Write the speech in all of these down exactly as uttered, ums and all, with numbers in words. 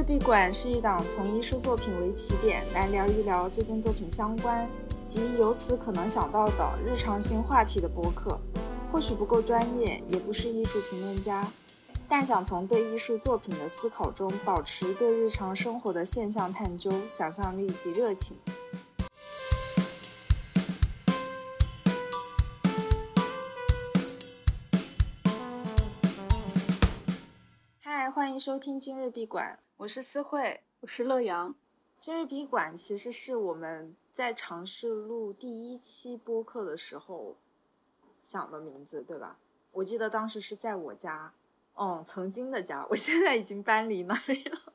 闭馆是一档从艺术作品为起点来聊一聊这件作品相关及由此可能想到的日常性话题的播客。或许不够专业，也不是艺术评论家，但想从对艺术作品的思考中保持对日常生活的现象探究、想象力及热情。嗨，欢迎收听今日闭馆，我是思慧， 我是乐阳。 今日闭馆其实是我们在尝试录第一期播客的时候想的名字，对吧？我记得当时是在我家，嗯，曾经的家，我现在已经搬离那里了。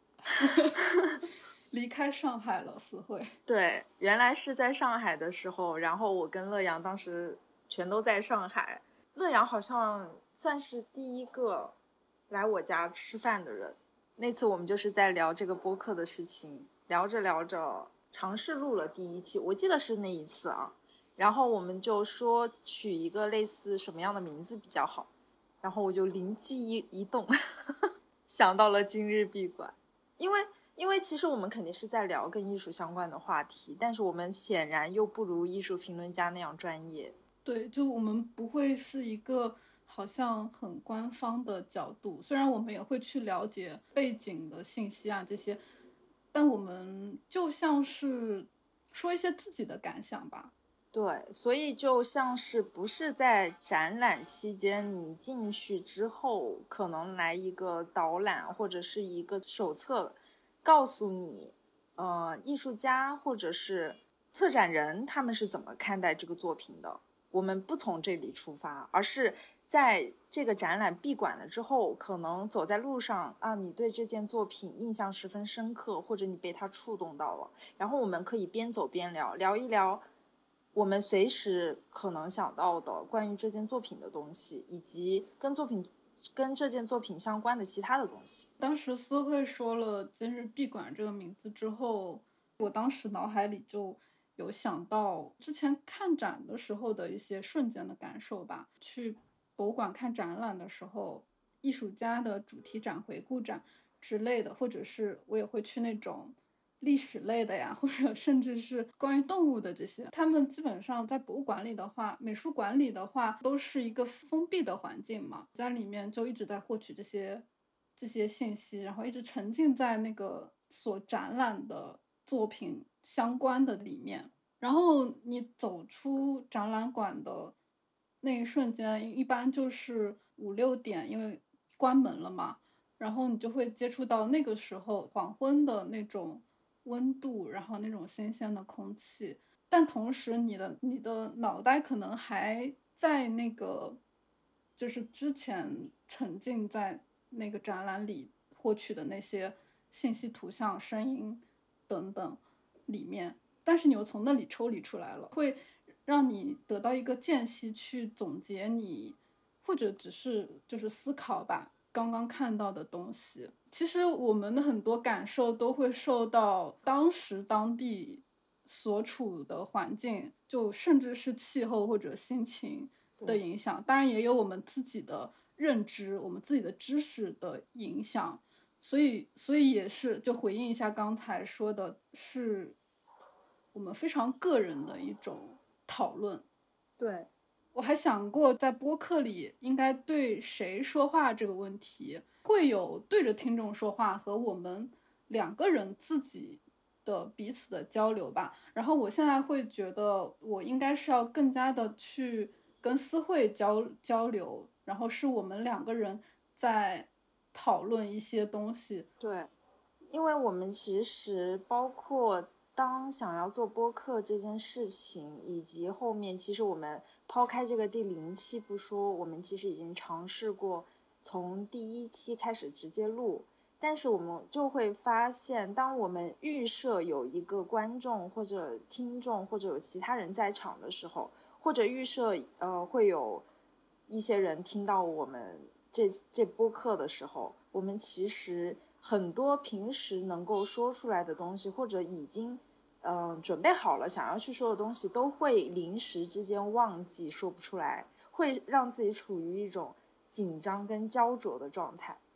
离开上海了，思慧。 对，原来是在上海的时候，然后我跟乐阳当时全都在上海。乐阳好像算是第一个来我家吃饭的人。那次我们就是在聊这个播客的事情，聊着聊着尝试录了第一期，我记得是那一次啊。然后我们就说取一个类似什么样的名字比较好，然后我就灵机一一动想到了今日闭馆。因为因为其实我们肯定是在聊跟艺术相关的话题，但是我们显然又不如艺术评论家那样专业。 对，就我们不会是一个好像很官方的角度，虽然我们也会去了解背景的信息啊这些，但我们就像是说一些自己的感想吧。 对，所以就像是不是在展览期间你进去之后可能来一个导览或者是一个手册告诉你呃，艺术家或者是策展人他们是怎么看待这个作品的。我们不从这里出发，而是在这个展览闭馆了之后，可能走在路上啊，你对这件作品印象十分深刻，或者你被它触动到了，然后我们可以边走边聊，聊一聊我们随时可能想到的关于这件作品的东西，以及跟作品跟这件作品相关的其他的东西。 当时思慧说了今日闭馆这个名字之后，我当时脑海里就有想到之前看展的时候的一些瞬间的感受吧。去博物馆看展览的时候，艺术家的主题展、回顾展之类的，或者是我也会去那种历史类的呀，或者甚至是关于动物的这些，他们基本上在博物馆里的话，美术馆里的话都是一个封闭的环境嘛，在里面就一直在获取这些这些信息，然后一直沉浸在那个所展览的作品相关的里面。然后你走出展览馆的那一瞬间，一般就是五六点，因为关门了嘛，然后你就会接触到那个时候黄昏的那种温度，然后那种新鲜的空气，但同时你的你的脑袋可能还在那个就是之前沉浸在那个展览里获取的那些信息、图像、声音等等里面，但是你又从那里抽离出来了，会让你得到一个间隙去总结你或者只是就是思考吧刚刚看到的东西。其实我们的很多感受都会受到当时当地所处的环境，就甚至是气候或者心情的影响，当然也有我们自己的认知、我们自己的知识的影响。所以所以也是就回应一下刚才说的，是我们非常个人的一种讨论。 对， 我还想过在播客里应该对谁说话这个问题，会有对着听众说话和我们两个人自己的彼此的交流吧。然后我现在会觉得我应该是要更加的去跟思慧交交流，然后是我们两个人在讨论一些东西。 对，因为我们其实包括当想要做播客这件事情，以及后面其实我们抛开这个第零期不说，我们其实已经尝试过从第一期开始直接录，但是我们就会发现，当我们预设有一个观众或者听众或者有其他人在场的时候，或者预设呃会有一些人听到我们这这播客的时候，我们其实很多平时能够说出来的东西，或者已经嗯、呃、准备好了想要去说的东西，都会临时之间忘记说不出来，会让自己处于一种紧张跟焦灼的状态。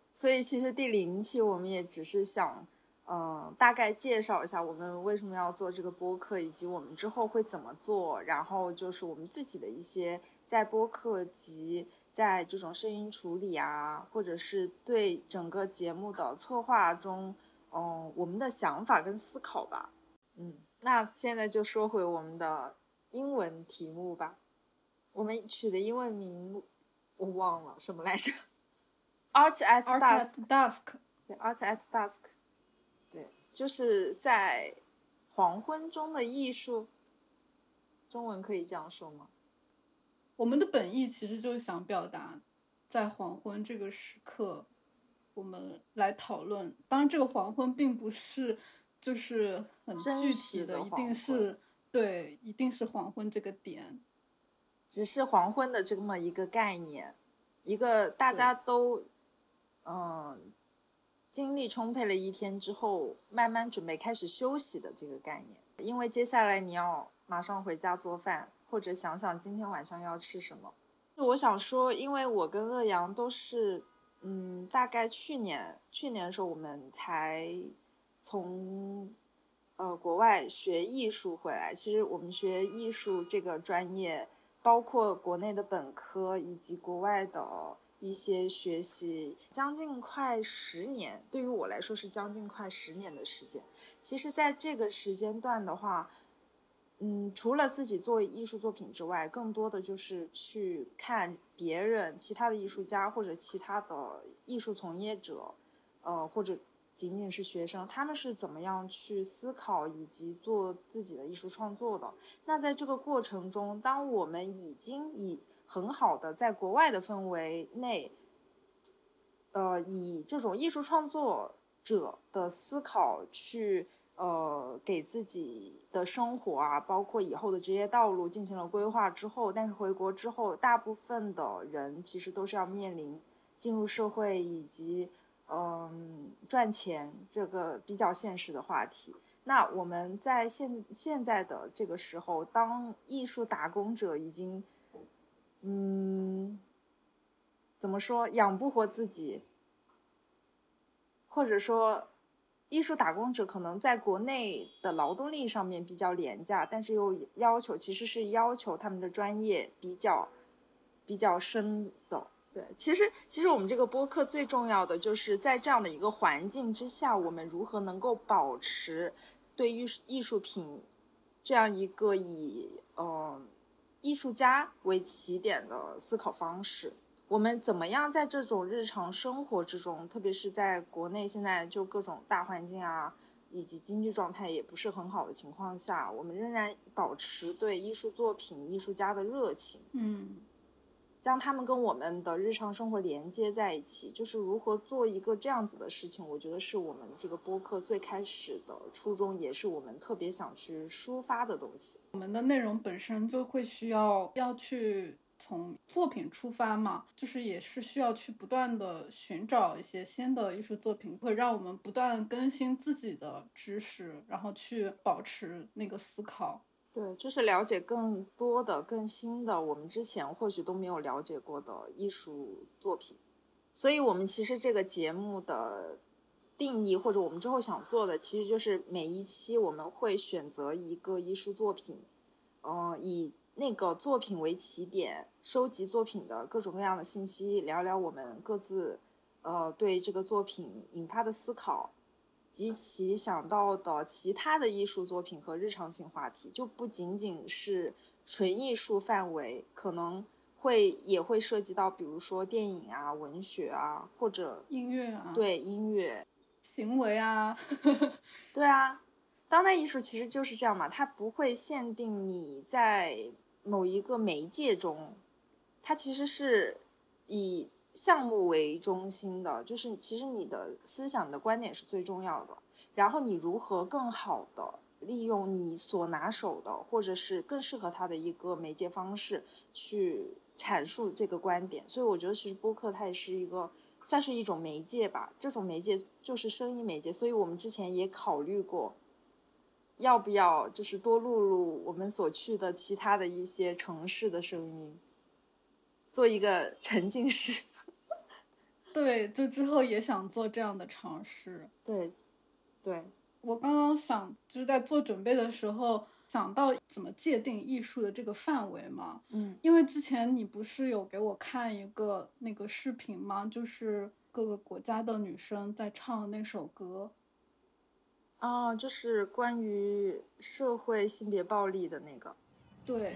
所以其实第零期我们也只是想嗯，大概介绍一下我们为什么要做这个播客，以及我们之后会怎么做，然后就是我们自己的一些在播客及在这种声音处理啊，或者是对整个节目的策划中，嗯，我们的想法跟思考吧。嗯，那现在就说回我们的英文题目吧。我们取的英文名我忘了什么来着。Art at Art Dusk。 at Dusk。 对， Art at Dusk。 对，就是在黄昏中的艺术，中文可以这样说吗？ 我们的本意其实就是想表达在黄昏这个时刻我们来讨论，当然这个黄昏并不是就是很具体的，一定是对，一定是黄昏这个点， 只是黄昏的这么一个概念，一个大家都嗯精力充沛了一天之后慢慢准备开始休息的这个概念。因为接下来你要马上回家做饭，或者想想今天晚上要吃什么。我想说，因为我跟乐阳都是嗯大概去年去年的时候我们才从呃国外学艺术回来。其实我们学艺术这个专业包括国内的本科以及国外的一些学习，将近快十年，对于我来说是将近快十年的时间。其实在这个时间段的话，嗯，除了自己做艺术作品之外，更多的就是去看别人其他的艺术家或者其他的艺术从业者，呃，或者仅仅是学生，他们是怎么样去思考以及做自己的艺术创作的。那在这个过程中，当我们已经以很好的在国外的氛围内，呃，以这种艺术创作者的思考去呃，给自己的生活啊，包括以后的职业道路进行了规划之后，但是回国之后，大部分的人其实都是要面临进入社会以及嗯赚钱这个比较现实的话题。那我们在现现在的这个时候，当艺术打工者已经嗯怎么说养不活自己，或者说艺术打工者可能在国内的劳动力上面比较廉价，但是又要求其实是要求他们的专业比较比较深的。对，其实其实我们这个播客最重要的就是在这样的一个环境之下，我们如何能够保持对艺术艺术品这样一个以呃艺术家为起点的思考方式。我们怎么样在这种日常生活之中，特别是在国内现在就各种大环境啊以及经济状态也不是很好的情况下，我们仍然保持对艺术作品艺术家的热情， 嗯， 将他们跟我们的日常生活连接在一起，就是如何做一个这样子的事情。我觉得是我们这个播客最开始的初衷，也是我们特别想去抒发的东西。 我们的内容本身就会需要要去从作品出发嘛，就是也是需要去不断的寻找一些新的艺术作品，会让我们不断更新自己的知识，然后去保持那个思考。 对，就是了解更多的更新的我们之前或许都没有了解过的艺术作品。所以我们其实这个节目的定义，或者我们之后想做的，其实就是每一期我们会选择一个艺术作品，嗯、呃，以那个作品为起点，收集作品的各种各样的信息，聊聊我们各自呃对这个作品引发的思考，及其想到的其他的艺术作品和日常性话题，就不仅仅是纯艺术范围，可能会也会涉及到比如说电影啊、文学啊，或者音乐啊， 对，音乐行为啊对啊，当代艺术其实就是这样嘛，它不会限定你在某一个媒介中，它其实是以项目为中心的，就是其实你的思想的观点是最重要的，然后你如何更好的利用你所拿手的或者是更适合它的一个媒介方式去阐述这个观点。所以我觉得其实播客它也是一个算是一种媒介吧，这种媒介就是声音媒介。所以我们之前也考虑过要不要就是多录入我们所去的其他的一些城市的声音，做一个沉浸式对，就之后也想做这样的尝试。 对，对， 我刚刚想就是在做准备的时候想到怎么界定艺术的这个范围嘛， 嗯， 因为之前你不是有给我看一个那个视频吗？就是各个国家的女生在唱的那首歌。 哦，就是关于社会性别暴力的那个。 对。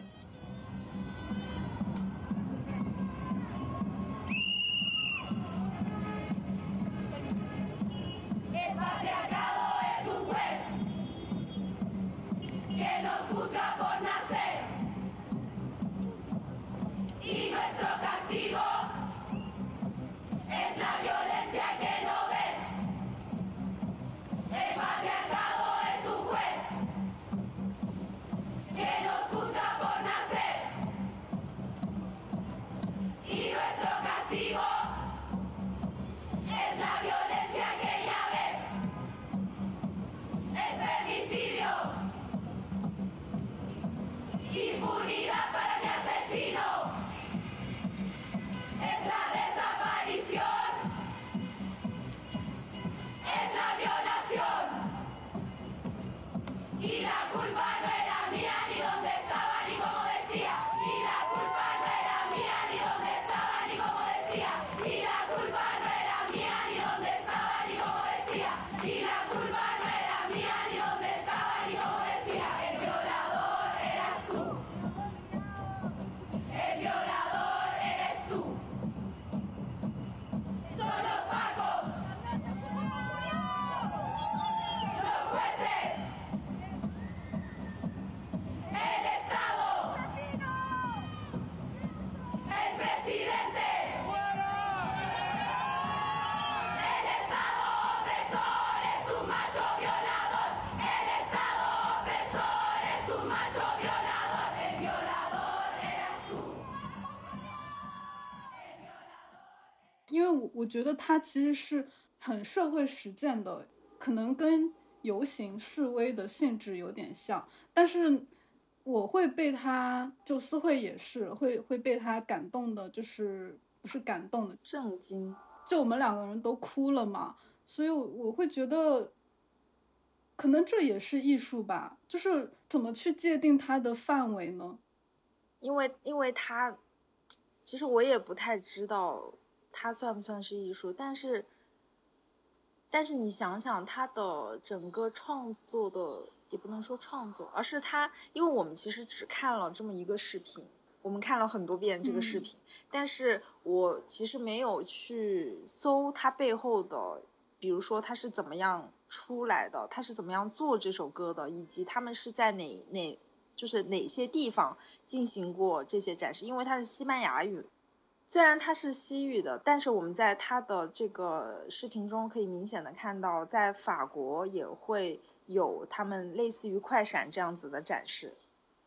因为我我觉得它其实是很社会实践的，可能跟游行示威的性质有点像，但是我会被他，就思慧也是会会被他感动的，就是不是感动的， 震惊。 就我们两个人都哭了嘛，所以我我会觉得，可能这也是艺术吧，就是怎么去界定它的范围呢？ 因为因为他，其实我也不太知道它算不算是艺术，但是但是你想想他的整个创作的，也不能说创作，而是他，因为我们其实只看了这么一个视频，我们看了很多遍这个视频，嗯、但是我其实没有去搜他背后的，比如说他是怎么样出来的，他是怎么样做这首歌的，以及他们是在哪哪就是哪些地方进行过这些展示，因为它是西班牙语。虽然它是西语的，但是我们在它的这个视频中可以明显的看到，在法国也会有他们类似于快闪这样子的展示。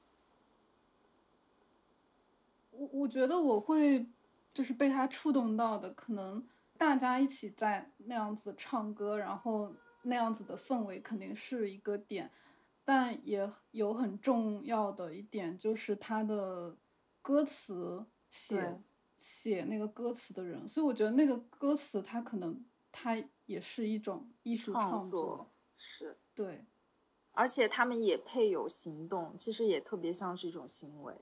我我觉得我会就是被他触动到的，可能大家一起在那样子唱歌，然后那样子的氛围肯定是一个点，但也有很重要的一点就是他的歌词写写那个歌词的人，所以我觉得那个歌词它可能它也是一种艺术创作， 创作是对， 而且他们也配有行动，其实也特别像是一种行为。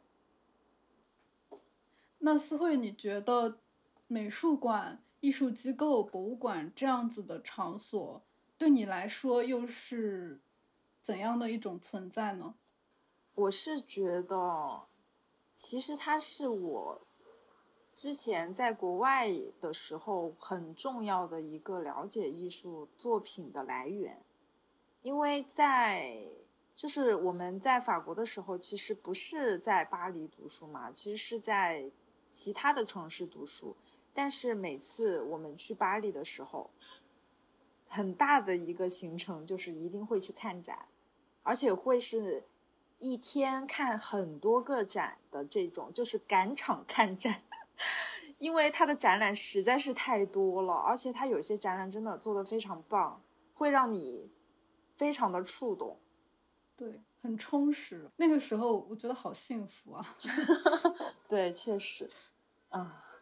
那思慧，你觉得美术馆、艺术机构、博物馆这样子的场所，对你来说又是怎样的一种存在呢？ 我是觉得，其实它是我之前在国外的时候很重要的一个了解艺术作品的来源，因为在就是我们在法国的时候，其实不是在巴黎读书嘛，其实是在其他的城市读书，但是每次我们去巴黎的时候，很大的一个行程就是一定会去看展，而且会是一天看很多个展的这种，就是赶场看展。因为它的展览实在是太多了，而且它有些展览真的做得非常棒，会让你非常的触动。 对，很充实。那个时候我觉得好幸福啊。 对，确实，嗯，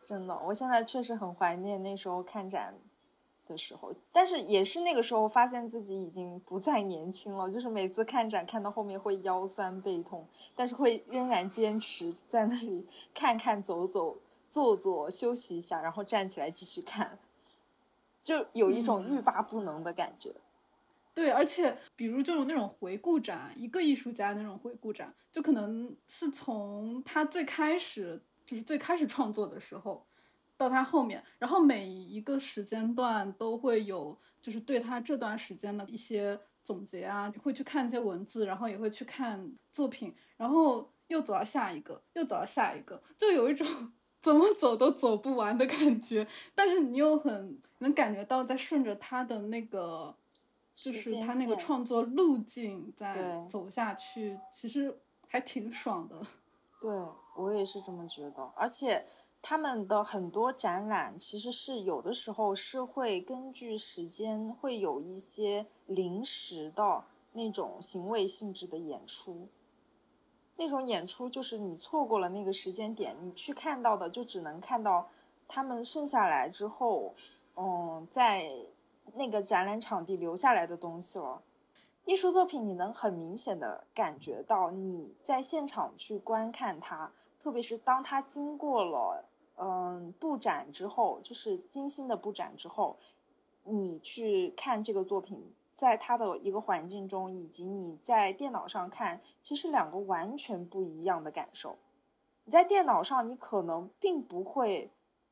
真的，我现在确实很怀念那时候看展的时候，但是也是那个时候发现自己已经不再年轻了，就是每次看展看到后面会腰酸背痛，但是会仍然坚持在那里看看走走坐坐休息一下，然后站起来继续看，就有一种欲罢不能的感觉。嗯， 对，而且比如这种那种回顾展，一个艺术家那种回顾展，就可能是从他最开始就是最开始创作的时候到他后面，然后每一个时间段都会有就是对他这段时间的一些总结啊，会去看一些文字，然后也会去看作品，然后又走到下一个，又走到下一个，就有一种怎么走都走不完的感觉，但是你又很能感觉到在顺着他的那个就是他那个创作路径在走下去，其实还挺爽的。 对，我也是这么觉得。而且他们的很多展览其实是有的时候是会根据时间会有一些临时的那种行为性质的演出，那种演出就是你错过了那个时间点，你去看到的就只能看到他们剩下来之后嗯，在那个展览场地留下来的东西了。艺术作品你能很明显的感觉到你在现场去观看它，特别是当它经过了嗯布展之后，就是精心的布展之后，你去看这个作品在它的一个环境中，以及你在电脑上看，其实两个完全不一样的感受。你在电脑上你可能并不会，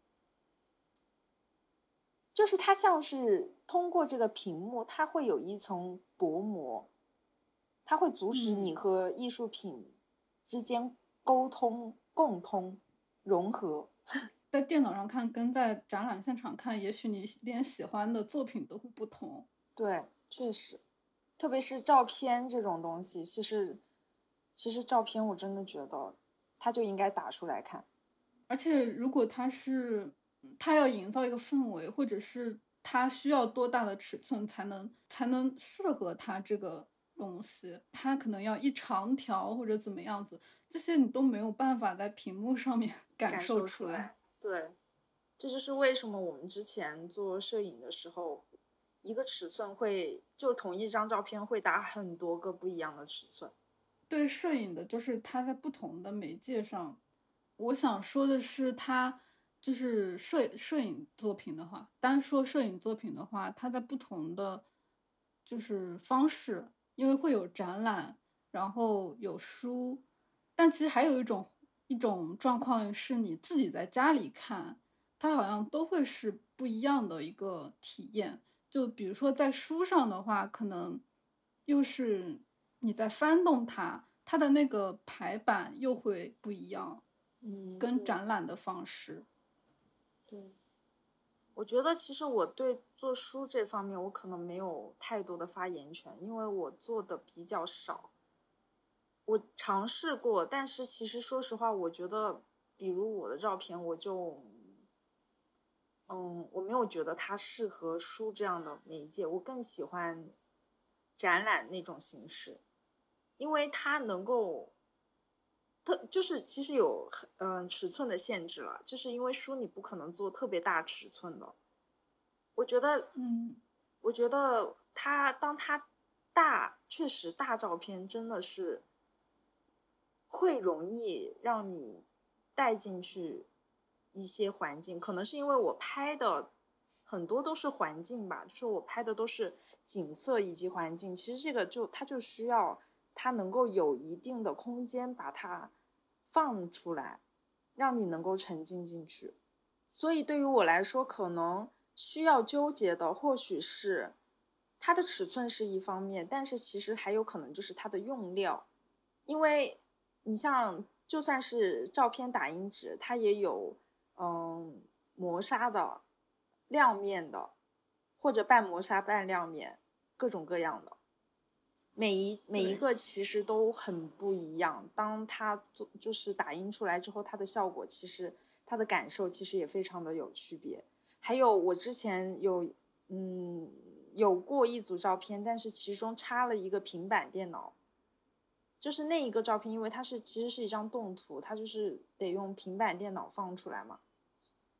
就是它像是通过这个屏幕，它会有一层薄膜，它会阻止你和艺术品之间沟通、共通、融合。 在电脑上看跟在展览现场看，也许你连喜欢的作品都会不同。 对，确实，特别是照片这种东西，其实其实照片我真的觉得它就应该打出来看。 而且如果它是它要营造一个氛围，或者是它需要多大的尺寸才能才能适合它这个东西，它可能要一长条或者怎么样子，这些你都没有办法在屏幕上面感受出来。 感受出来，对，这就是为什么我们之前做摄影的时候，一个尺寸会就同一张照片会打很多个不一样的尺寸。 对摄影的，就是它在不同的媒介上，我想说的是，它就是摄摄影作品的话，单说摄影作品的话，它在不同的就是方式，因为会有展览，然后有书，但其实还有一种一种状况是你自己在家里看，它好像都会是不一样的一个体验。就比如说在书上的话，可能又是你在翻动它，它的那个排版又会不一样， 嗯， 跟展览的方式。 对，我觉得其实我对做书这方面我可能没有太多的发言权，因为我做的比较少。我尝试过，但是其实说实话，我觉得比如我的照片，我就嗯，我没有觉得它适合书这样的媒介，我更喜欢展览那种形式，因为它能够特就是其实有嗯、呃、尺寸的限制了，就是因为书你不可能做特别大尺寸的。我觉得， 嗯， 我觉得它当它大，确实大照片真的是会容易让你带进去一些环境，可能是因为我拍的很多都是环境吧，就是我拍的都是景色以及环境，其实这个就它就需要它能够有一定的空间把它放出来，让你能够沉浸进去。所以对于我来说，可能需要纠结的或许是它的尺寸是一方面，但是其实还有可能就是它的用料，因为你像就算是照片打印纸，它也有嗯磨砂的、亮面的，或者半磨砂半亮面，各种各样的。每一每一个其实都很不一样。当它做就是打印出来之后，它的效果其实它的感受其实也非常的有区别。还有我之前有嗯有过一组照片，但是其中插了一个平板电脑，就是那一个照片，因为它是其实是一张动图，它就是得用平板电脑放出来嘛。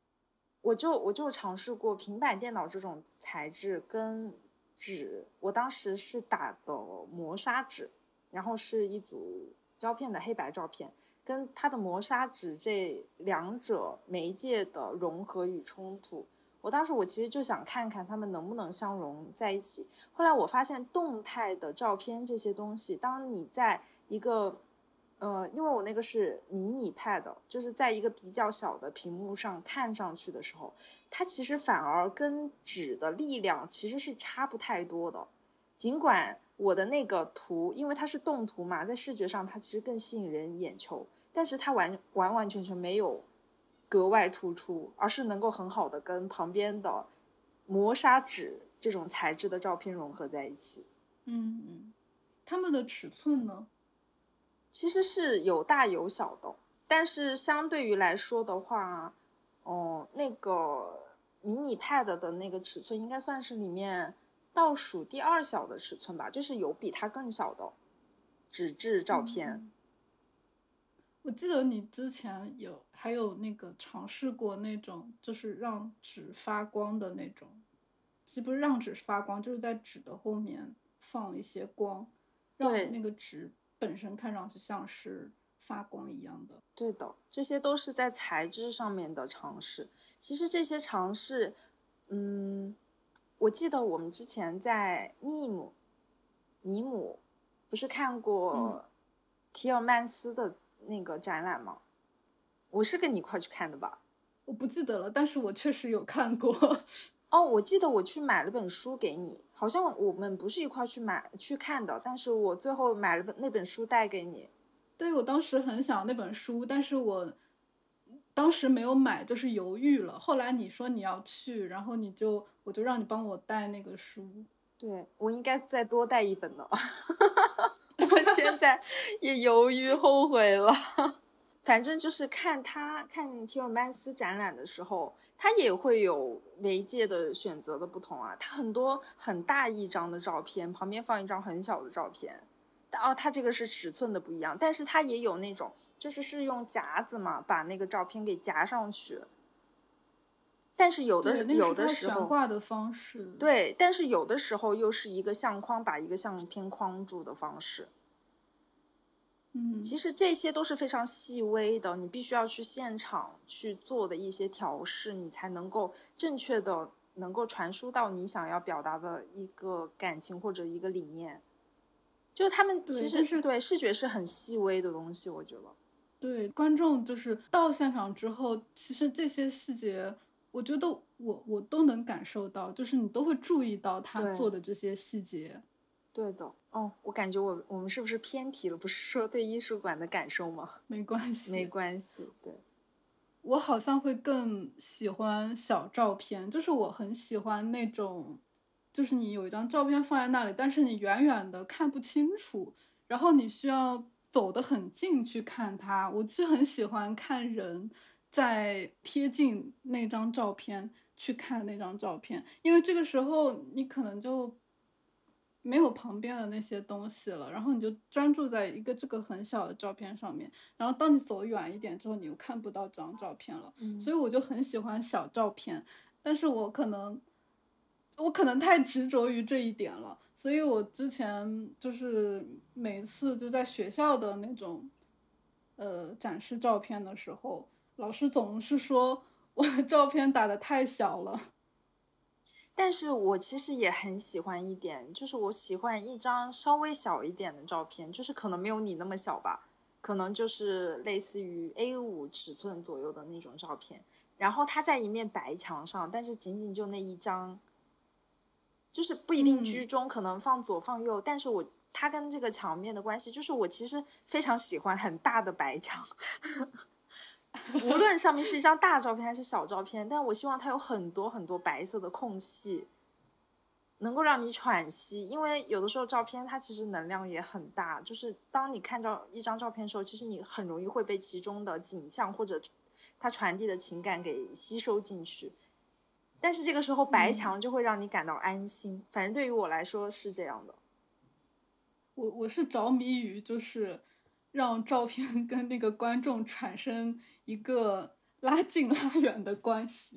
我就我就尝试过平板电脑这种材质跟纸，我当时是打的磨砂纸，然后是一组胶片的黑白照片，跟它的磨砂纸这两者媒介的融合与冲突。我当时我其实就想看看它们能不能相融在一起。后来我发现动态的照片这些东西，当你在一个呃，因为我那个是迷你 pad， 就是在一个比较小的屏幕上看上去的时候，它其实反而跟纸的力量其实是差不太多的。尽管我的那个图，因为它是动图嘛，在视觉上它其实更吸引人眼球，但是它完完完全全没有格外突出，而是能够很好的跟旁边的磨砂纸这种材质的照片融合在一起。 嗯嗯，它们的尺寸呢？ 其实是有大有小的，但是相对于来说的话，哦，那个迷你 pad 的那个尺寸应该算是里面倒数第二小的尺寸吧，就是有比它更小的纸质照片。 嗯，我记得你之前有还有那个尝试过那种就是让纸发光的那种，既不是让纸发光，就是在纸的后面放一些光，让那个纸本身看上去像是发光一样的。 对的，这些都是在材质上面的尝试。其实这些尝试，嗯，我记得我们之前在尼姆尼姆不是看过提尔曼斯的那个展览吗？我是跟你一块去看的吧？ 我不记得了，但是我确实有看过。 哦，我记得我去买了本书给你，好像我们不是一块去买去看的，但是我最后买了本那本书带给你。 对，我当时很想那本书，但是我当时没有买，就是犹豫了。后来你说你要去，然后你就我就让你帮我带那个书。 对，我应该再多带一本呢。我现在也犹豫后悔了。反正就是看他看提尔曼斯展览的时候，他也会有媒介的选择的不同啊。他很多很大一张的照片，旁边放一张很小的照片。哦，它这个是尺寸的不一样，但是它也有那种，就是是用夹子嘛，把那个照片给夹上去。但是有的有的时候悬挂的方式， 对，但是有的时候又是一个相框把一个相片框住的方式。 嗯， 其实这些都是非常细微的，你必须要去现场去做的一些调试，你才能够正确的能够传输到你想要表达的一个感情或者一个理念。就他们其实对, 对视觉是很细微的东西，我觉得。 对，观众就是到现场之后，其实这些细节，我觉得我我都能感受到，就是你都会注意到他做的这些细节。 对的，哦，我感觉我我们是不是偏题了？不是说对艺术馆的感受吗？ 没关系， 没关系。对， 我好像会更喜欢小照片，就是我很喜欢那种，就是你有一张照片放在那里，但是你远远的看不清楚，然后你需要走得很近去看它。我是很喜欢看人在贴近那张照片去看那张照片，因为这个时候你可能就没有旁边的那些东西了，然后你就专注在一个这个很小的照片上面，然后当你走远一点之后，你又看不到这张照片了。 嗯， 所以我就很喜欢小照片，但是我可能我可能太执着于这一点了，所以我之前就是每次就在学校的那种呃展示照片的时候，老师总是说我的照片打得太小了。 但是我其实也很喜欢一点，就是我喜欢一张稍微小一点的照片，就是可能没有你那么小吧，可能就是类似于 A 五 尺寸左右的那种照片，然后它在一面白墙上，但是仅仅就那一张，就是不一定居中，嗯、可能放左放右，但是我它跟这个墙面的关系，就是我其实非常喜欢很大的白墙。无论上面是一张大照片还是小照片，但我希望它有很多很多白色的空隙，能够让你喘息。因为有的时候照片它其实能量也很大，就是当你看到一张照片的时候，其实你很容易会被其中的景象或者它传递的情感给吸收进去。但是这个时候白墙就会让你感到安心，嗯、反正对于我来说是这样的。 我我是着迷于就是让照片跟那个观众产生一个拉近拉远的关系。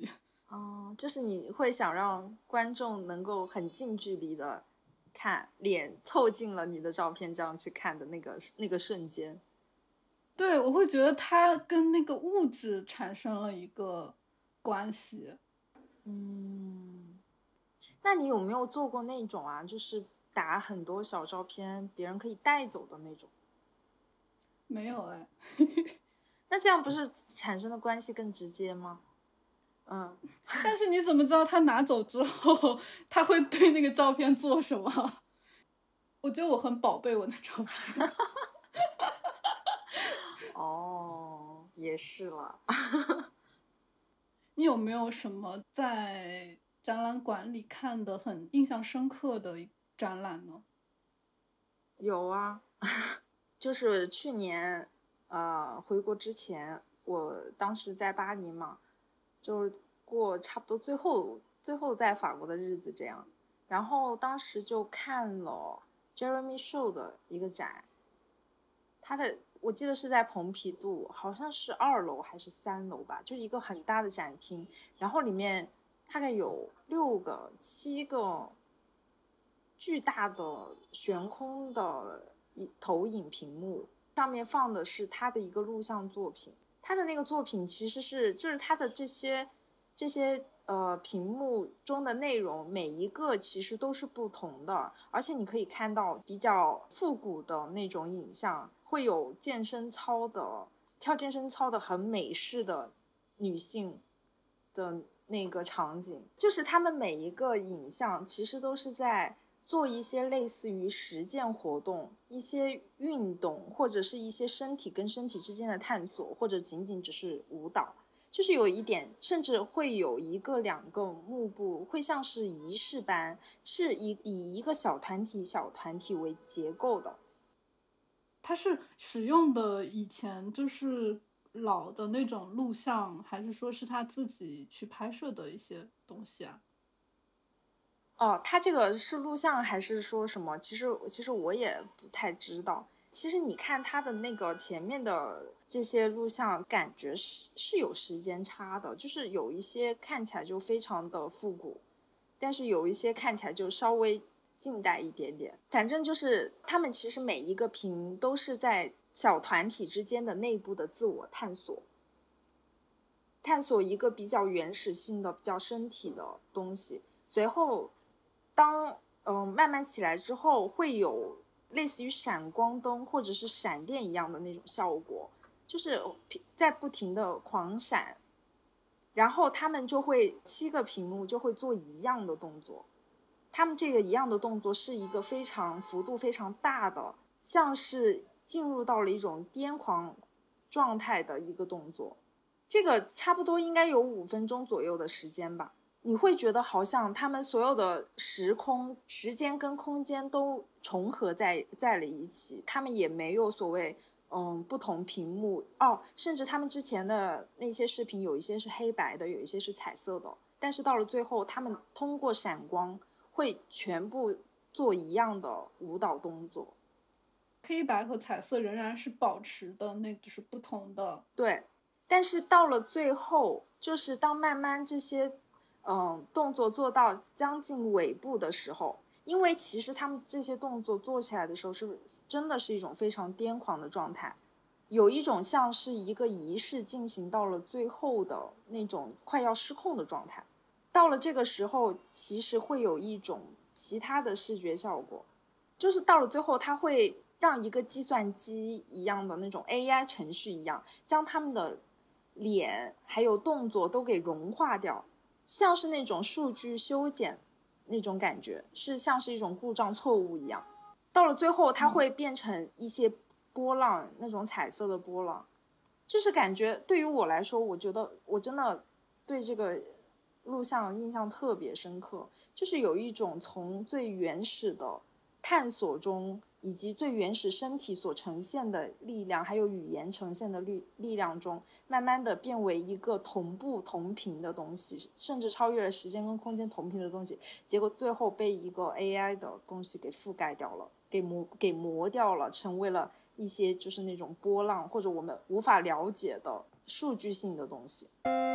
哦，就是你会想让观众能够很近距离的看，脸凑近了你的照片这样去看的那个那个瞬间。 对，我会觉得它跟那个物质产生了一个关系。 嗯，那你有没有做过那种啊，就是打很多小照片，别人可以带走的那种？ 没有哎。 那这样不是产生的关系更直接吗？嗯， 但是你怎么知道他拿走之后他会对那个照片做什么？我觉得我很宝贝我的照片。 哦，也是了。 你有没有什么在展览馆里看的很印象深刻的展览呢？ 有啊，就是去年呃回国之前，我当时在巴黎嘛，就是过差不多最后最后在法国的日子这样，然后当时就看了 Jeremy Show 的一个展，他的我记得是在蓬皮杜，好像是二楼还是三楼吧，就一个很大的展厅，然后里面大概有六个七个巨大的悬空的投影屏幕，上面放的是他的一个录像作品。他的那个作品其实是就是他的这些这些呃屏幕中的内容每一个其实都是不同的，而且你可以看到比较复古的那种影像，会有健身操的跳健身操的很美式的女性的那个场景，就是他们每一个影像其实都是在做一些类似于实践活动，一些运动，或者是一些身体跟身体之间的探索，或者仅仅只是舞蹈，就是有一点甚至会有一个两个幕布会像是仪式般，是以以一个小团体小团体为结构的。 它是使用的以前就是老的那种录像，还是说是他自己去拍摄的一些东西啊？ 哦，他这个是录像还是说什么？其实其实我也不太知道。其实你看他的那个前面的这些录像，感觉是是有时间差的，就是有一些看起来就非常的复古，但是有一些看起来就稍微近代一点点。反正就是他们其实每一个屏都是在小团体之间的内部的自我探索，探索一个比较原始性的、比较身体的东西。随后当嗯、呃、慢慢起来之后，会有类似于闪光灯或者是闪电一样的那种效果，就是在不停的狂闪，然后他们就会七个屏幕就会做一样的动作，他们这个一样的动作是一个非常幅度非常大的，像是进入到了一种癫狂状态的一个动作。这个差不多应该有五分钟左右的时间吧。你会觉得好像他们所有的时空、时间跟空间都重合在在了一起，他们也没有所谓嗯不同屏幕哦，甚至他们之前的那些视频有一些是黑白的，有一些是彩色的，但是到了最后，他们通过闪光会全部做一样的舞蹈动作。 黑白和彩色仍然是保持的，那就是不同的。 对，但是到了最后，就是当慢慢这些嗯动作做到将近尾部的时候，因为其实他们这些动作做起来的时候是真的是一种非常癫狂的状态，有一种像是一个仪式进行到了最后的那种快要失控的状态。到了这个时候，其实会有一种其他的视觉效果，就是到了最后，它会让一个计算机一样的那种 A I 程序一样，将他们的脸还有动作都给融化掉，像是那种数据修剪那种感觉，是像是一种故障错误一样。到了最后，它会变成一些波浪，那种彩色的波浪，就是感觉对于我来说，我觉得我真的对这个录像印象特别深刻，就是有一种从最原始的探索中，以及最原始身体所呈现的力量，还有语言呈现的力力量中，慢慢的变为一个同步同频的东西，甚至超越了时间跟空间同频的东西，结果最后被一个 A I 的东西给覆盖掉了，给磨给磨掉了，成为了一些就是那种波浪或者我们无法了解的数据性的东西。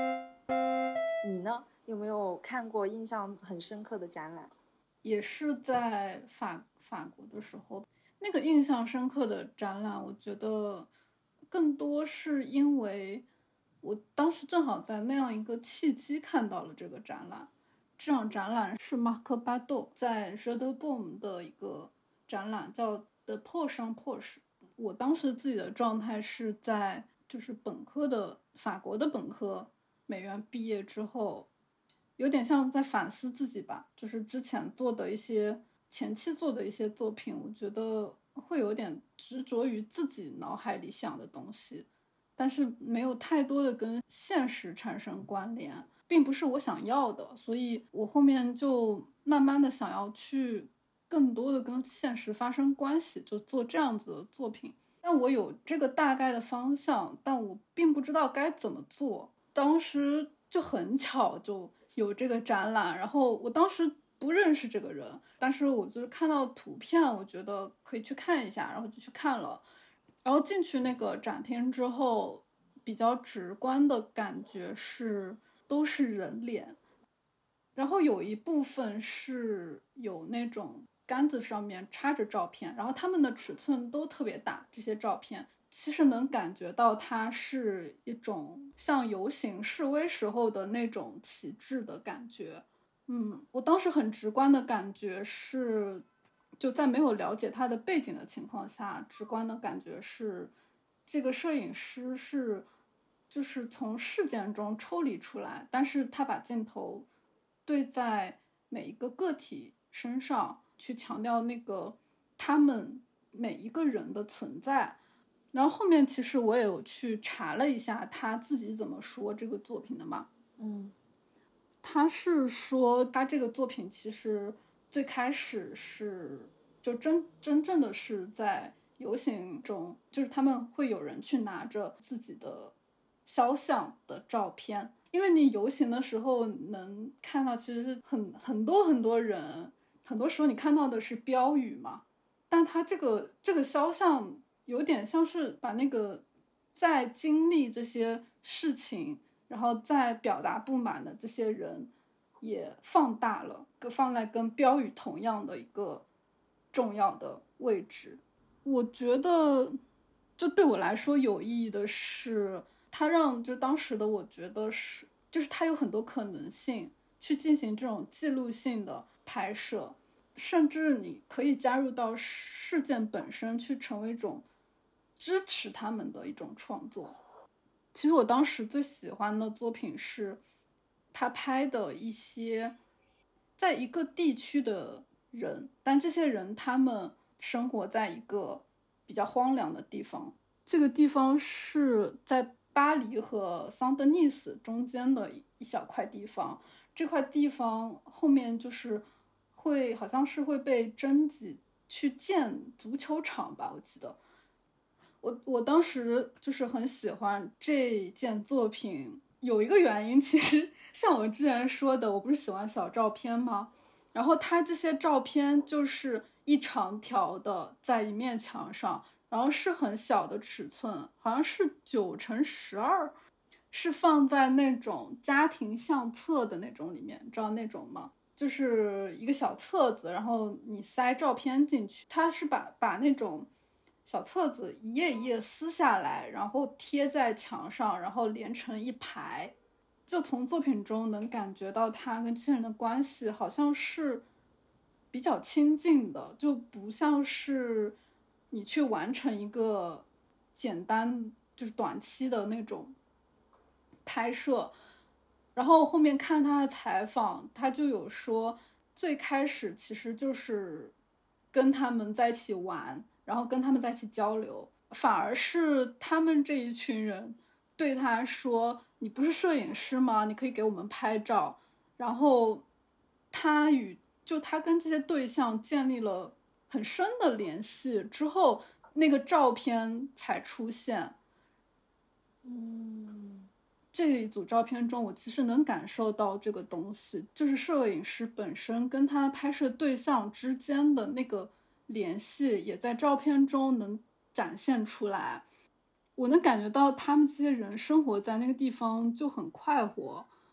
你呢？有没有看过印象很深刻的展览？ 也是在法法国的时候，那个印象深刻的展览，我觉得更多是因为我当时正好在那样一个契机看到了这个展览。这场展览是马克巴豆在 j e d e b a u m 的一个展览，叫 The Porsche on Porsche。我当时自己的状态是在就是本科的法国的本科美院毕业之后，有点像在反思自己吧，就是之前做的一些前期做的一些作品，我觉得会有点执着于自己脑海里想的东西，但是没有太多的跟现实产生关联，并不是我想要的，所以我后面就慢慢的想要去更多的跟现实发生关系，就做这样子的作品。但我有这个大概的方向，但我并不知道该怎么做。当时就很巧就有这个展览，然后我当时不认识这个人，但是我就是看到图片，我觉得可以去看一下，然后就去看了。然后进去那个展厅之后，比较直观的感觉是都是人脸，然后有一部分是有那种杆子上面插着照片，然后他们的尺寸都特别大，这些照片其实能感觉到它是一种像游行示威时候的那种旗帜的感觉。嗯，我当时很直观的感觉是，就在没有了解他的背景的情况下，直观的感觉是，这个摄影师是就是从事件中抽离出来，但是他把镜头对在每一个个体身上，去强调那个他们每一个人的存在。然后后面其实我也有去查了一下他自己怎么说这个作品的嘛。 嗯， 他是说他这个作品其实最开始是就真真正的是在游行中，就是他们会有人去拿着自己的肖像的照片，因为你游行的时候能看到其实是很很多很多人，很多时候你看到的是标语嘛，但他这个这个肖像有点像是把那个在经历这些事情然后再表达不满的这些人也放大了，放在跟标语同样的一个重要的位置。我觉得就对我来说有意义的是，它让就当时的我觉得是就是它有很多可能性去进行这种记录性的拍摄，甚至你可以加入到事件本身去成为一种支持他们的一种创作。其实我当时最喜欢的作品是他拍的一些在一个地区的人，但这些人他们生活在一个比较荒凉的地方，这个地方是在巴黎和桑德尼斯中间的一小块地方，这块地方后面就是会好像是会被征集去建足球场吧，我记得。我我当时就是很喜欢这件作品，有一个原因，其实像我之前说的，我不是喜欢小照片吗？然后它这些照片就是一长条的在一面墙上，然后是很小的尺寸，好像是九乘十二，是放在那种家庭相册的那种里面，你知道那种吗？就是一个小册子，然后你塞照片进去，它是把把那种小册子一页一页撕下来，然后贴在墙上，然后连成一排，就从作品中能感觉到他跟这些人的关系好像是比较亲近的，就不像是你去完成一个简单就是短期的那种拍摄。然后后面看他的采访，他就有说最开始其实就是跟他们在一起玩，然后跟他们在一起交流，反而是他们这一群人对他说，你不是摄影师吗？你可以给我们拍照。然后他与就他跟这些对象建立了很深的联系之后，那个照片才出现。 嗯， 这一组照片中，我其实能感受到这个东西，就是摄影师本身跟他拍摄对象之间的那个联系，也在照片中能展现出来。我能感觉到他们这些人生活在那个地方就很快活，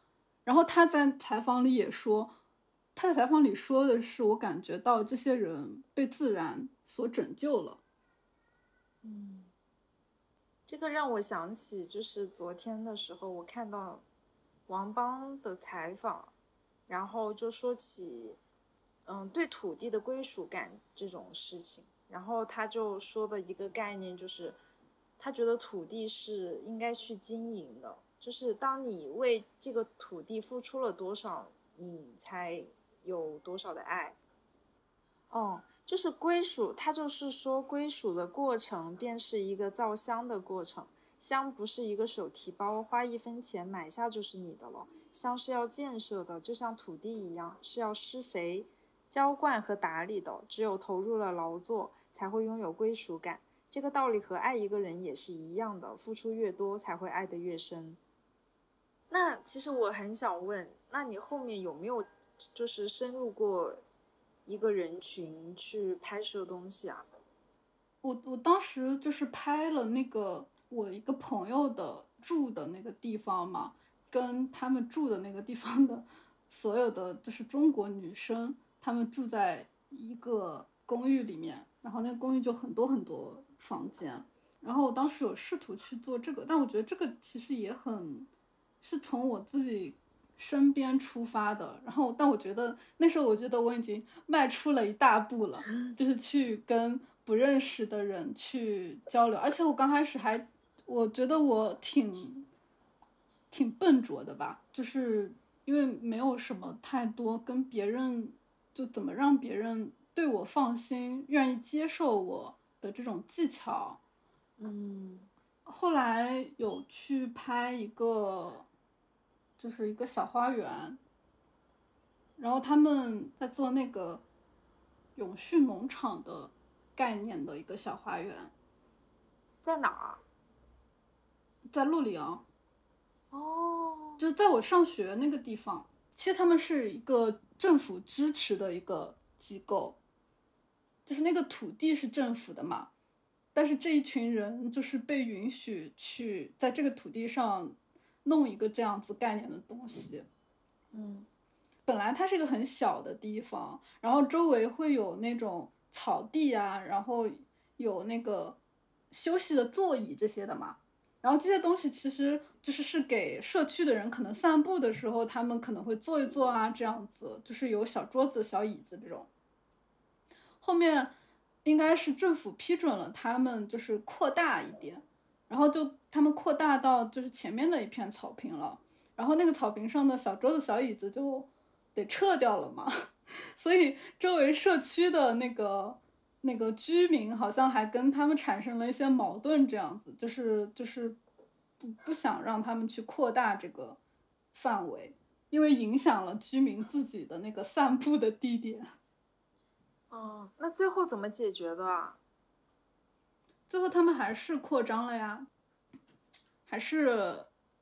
然后他在采访里也说，他在采访里说的是，我感觉到这些人被自然所拯救了。 嗯，这个让我想起，就是昨天的时候，我看到王邦的采访，然后就说起，嗯，对土地的归属感这种事情，然后他就说的一个概念就是，他觉得土地是应该去经营的，就是当你为这个土地付出了多少，你才有多少的爱。哦，就是归属，它就是说归属的过程便是一个造香的过程，香不是一个手提包，花一分钱买下就是你的了。香是要建设的，就像土地一样，是要施肥、浇灌和打理的。只有投入了劳作，才会拥有归属感。这个道理和爱一个人也是一样的，付出越多，才会爱得越深。那其实我很想问，那你后面有没有就是深入过一个人群去拍摄东西啊？ 我我当时就是拍了那个我一个朋友的住的那个地方嘛，跟他们住的那个地方的所有的就是中国女生，她们住在一个公寓里面，然后那个公寓就很多很多房间，然后我当时有试图去做这个，但我觉得这个其实也很是从我自己身边出发的，然后但我觉得那时候我觉得我已经迈出了一大步了，就是去跟不认识的人去交流，而且我刚开始还我觉得我挺挺笨拙的吧，就是因为没有什么太多跟别人就怎么让别人对我放心，愿意接受我的这种技巧。 嗯， 后来有去拍一个就是一个小花园，然后他们在做那个永续农场的概念的一个小花园， 在哪儿？ 在鹿里昂， 哦， 就是在我上学那个地方。其实他们是一个政府支持的一个机构，就是那个土地是政府的嘛，但是这一群人就是被允许去在这个土地上弄一个这样子概念的东西。 嗯， 本来它是一个很小的地方，然后周围会有那种草地啊，然后有那个休息的座椅这些的嘛。然后这些东西其实就是是给社区的人可能散步的时候，他们可能会坐一坐啊，这样子就是有小桌子、小椅子这种。后面应该是政府批准了他们就是扩大一点，然后就他们扩大到就是前面的一片草坪了，然后那个草坪上的小桌子、小椅子就得撤掉了嘛，所以周围社区的那个那个居民好像还跟他们产生了一些矛盾，这样子就是就是不不想让他们去扩大这个范围，因为影响了居民自己的那个散步的地点。 哦，那最后怎么解决的啊？ 最后他们还是扩张了呀，还是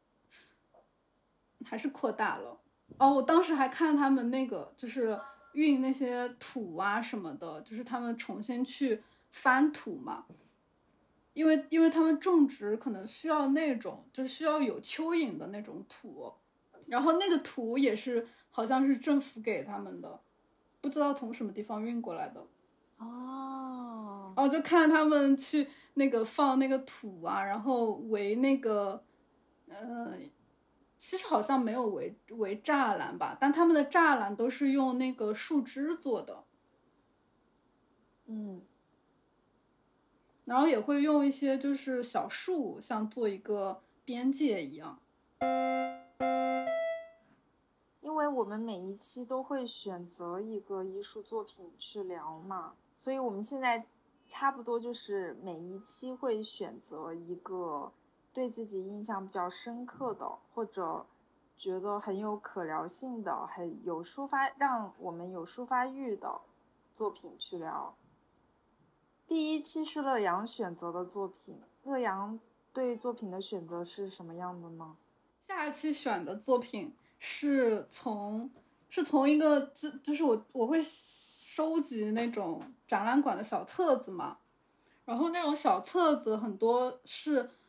还是扩大了。哦，我当时还看他们那个就是运那些土啊什么的，就是他们重新去翻土嘛，因为因为他们种植可能需要那种就是需要有蚯蚓的那种土，然后那个土也是好像是政府给他们的，不知道从什么地方运过来的。 哦， 哦，就看他们去那个放那个土啊，然后围那个，呃，其实好像没有围围栅栏吧，但他们的栅栏都是用那个树枝做的， 嗯， 然后也会用一些就是小树，像做一个边界一样。 因为我们每一期都会选择一个艺术作品去聊嘛，所以我们现在差不多就是每一期会选择一个对自己印象比较深刻的，或者觉得很有可聊性的，很有抒发，让我们有抒发欲的作品去聊。第一期是乐阳选择的作品，乐阳对作品的选择是什么样的呢？ 下一期选的作品是从是从一个就就是我我会收集那种展览馆的小册子嘛，然后那种小册子很多是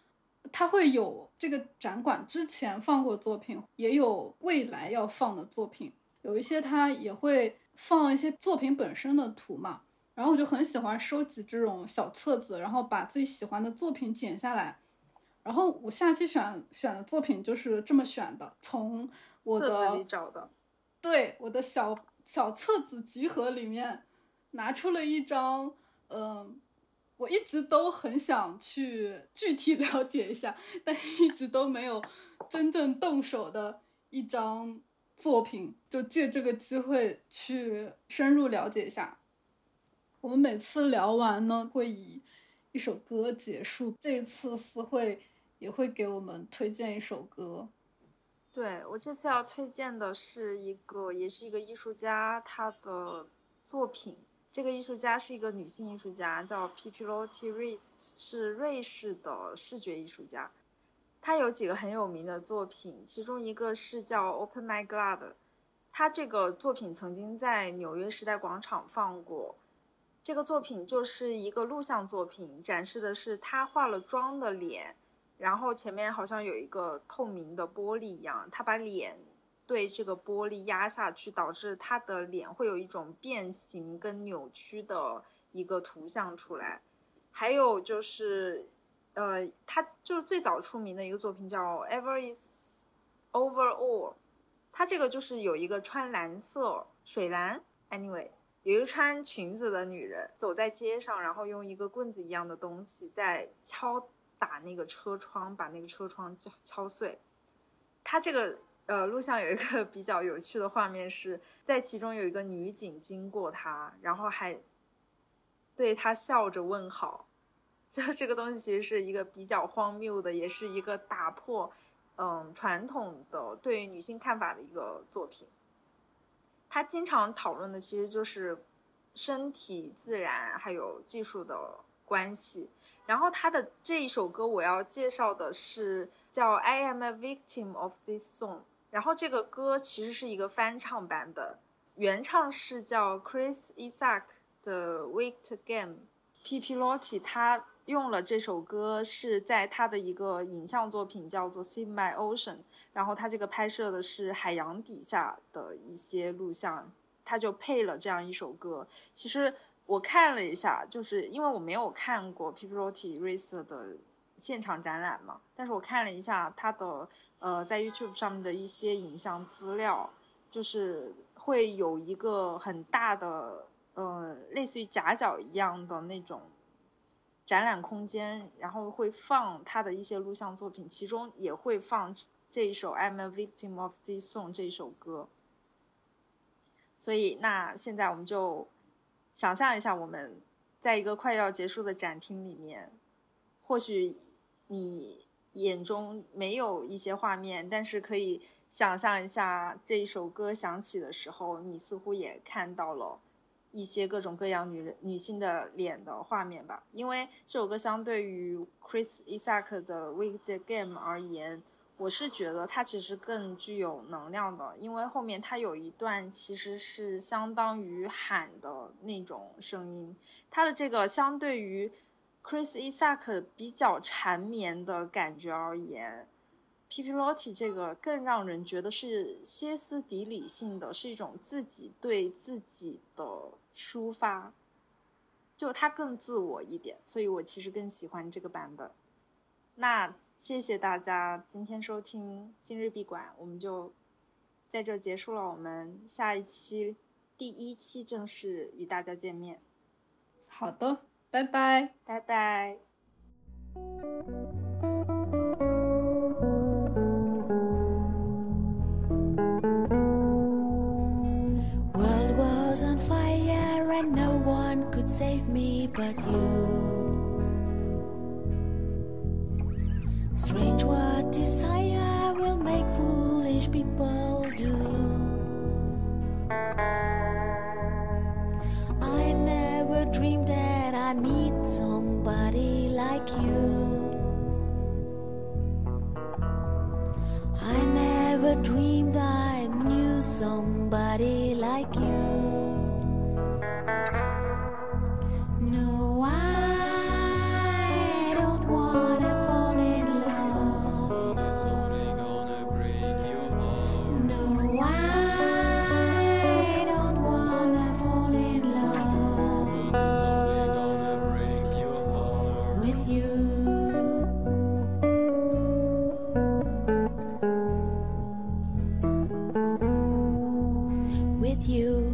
它会有这个展馆之前放过作品，也有未来要放的作品，有一些它也会放一些作品本身的图嘛。然后我就很喜欢收集这种小册子，然后把自己喜欢的作品剪下来。然后我下期选选的作品就是这么选的，从我的册子里找的， 对，我的小小册子集合里面拿出了一张，嗯、呃，我一直都很想去具体了解一下，但是一直都没有真正动手的一张作品，就借这个机会去深入了解一下。我们每次聊完呢，会以一首歌结束。这一次思慧也会给我们推荐一首歌。 对，我这次要推荐的是一个，也是一个艺术家，他的作品。这个艺术家是一个女性艺术家，叫 Pippilotti Rist， 是瑞士的视觉艺术家。她有几个很有名的作品，其中一个是叫 Open My God。她这个作品曾经在纽约时代广场放过。这个作品就是一个录像作品，展示的是她化了妆的脸，然后前面好像有一个透明的玻璃一样，她把脸对这个玻璃压下去，导致她的脸会有一种变形跟扭曲的一个图像出来。还有就是呃，她就是最早出名的一个作品叫 Ever is Over All。 她这个就是有一个穿蓝色水蓝 anyway有一个穿裙子的女人走在街上，然后用一个棍子一样的东西在敲打那个车窗，把那个车窗敲碎。她这个呃录像有一个比较有趣的画面，是在其中有一个女警经过她，然后还对她笑着问好。就这个东西其实是一个比较荒谬的，也是一个打破嗯传统的对于女性看法的一个作品。他经常讨论的其实就是身体、自然还有技术的关系。然后他的这一首歌我要介绍的是叫 I am a victim of this song， 然后这个歌其实是一个翻唱版本，原唱是叫 Chris Isaak 的 Wicked Game。Pippilotti 他用了这首歌是在他的一个影像作品叫做 See My Ocean， 然后他这个拍摄的是海洋底下的一些录像，他就配了这样一首歌。其实我看了一下，就是因为我没有看过 Pippilotti Rist 的现场展览嘛，但是我看了一下他的呃在 YouTube 上面的一些影像资料，就是会有一个很大的呃类似于夹角一样的那种展览空间，然后会放他的一些录像作品，其中也会放这一首 I'm a Victim of this Song 这一首歌。所以那现在我们就想象一下，我们在一个快要结束的展厅里面，或许你眼中没有一些画面，但是可以想象一下这一首歌响起的时候，你似乎也看到了一些各种各样女人女性的脸的画面吧。因为这首歌相对于 Chris Isaak 的 Wicked Game 而言，我是觉得它其实更具有能量的，因为后面它有一段其实是相当于喊的那种声音。它的这个相对于 Chris Isaak 比较缠绵的感觉而言， Pippilotti 这个更让人觉得是歇斯底里性的，是一种自己对自己的抒发，就它更自我一点，所以我其实更喜欢这个版本。那谢谢大家今天收听今日闭馆，我们就在这结束了，我们下一期第一期正式与大家见面。 好的，拜拜， 拜拜。 World was on fire and no one could save me but you. Strange what desire will make foolish people do. I never dreamed that I need somebody like you. I never dreamed I knew somebody like you. No, I don't wanna fall in love. with you.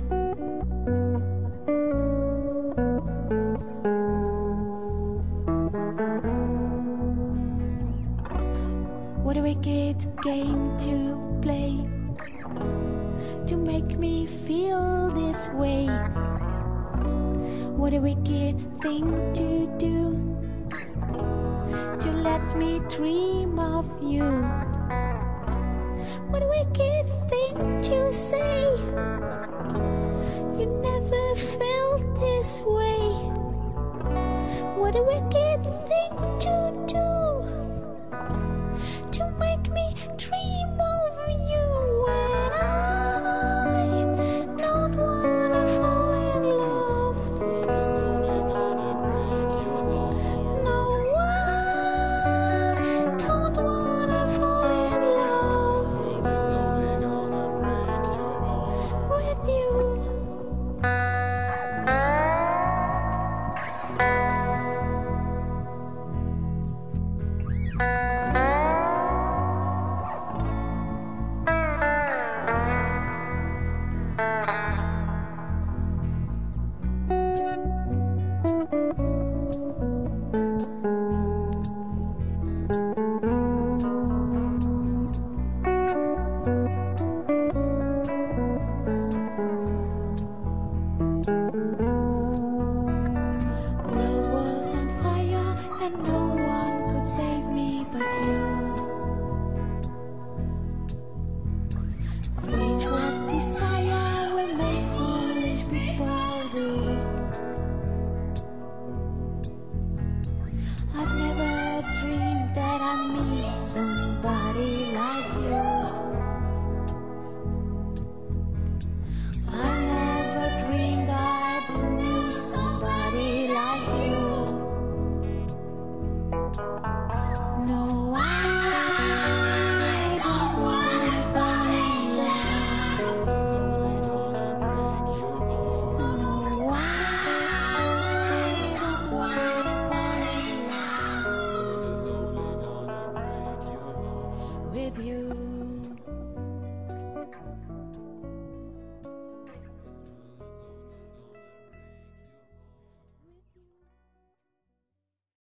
What a wicked game to play to make me feel this way. What a wicked thing to do to let me dream of you. What a wicked thing to say. You never felt this way. What a wicked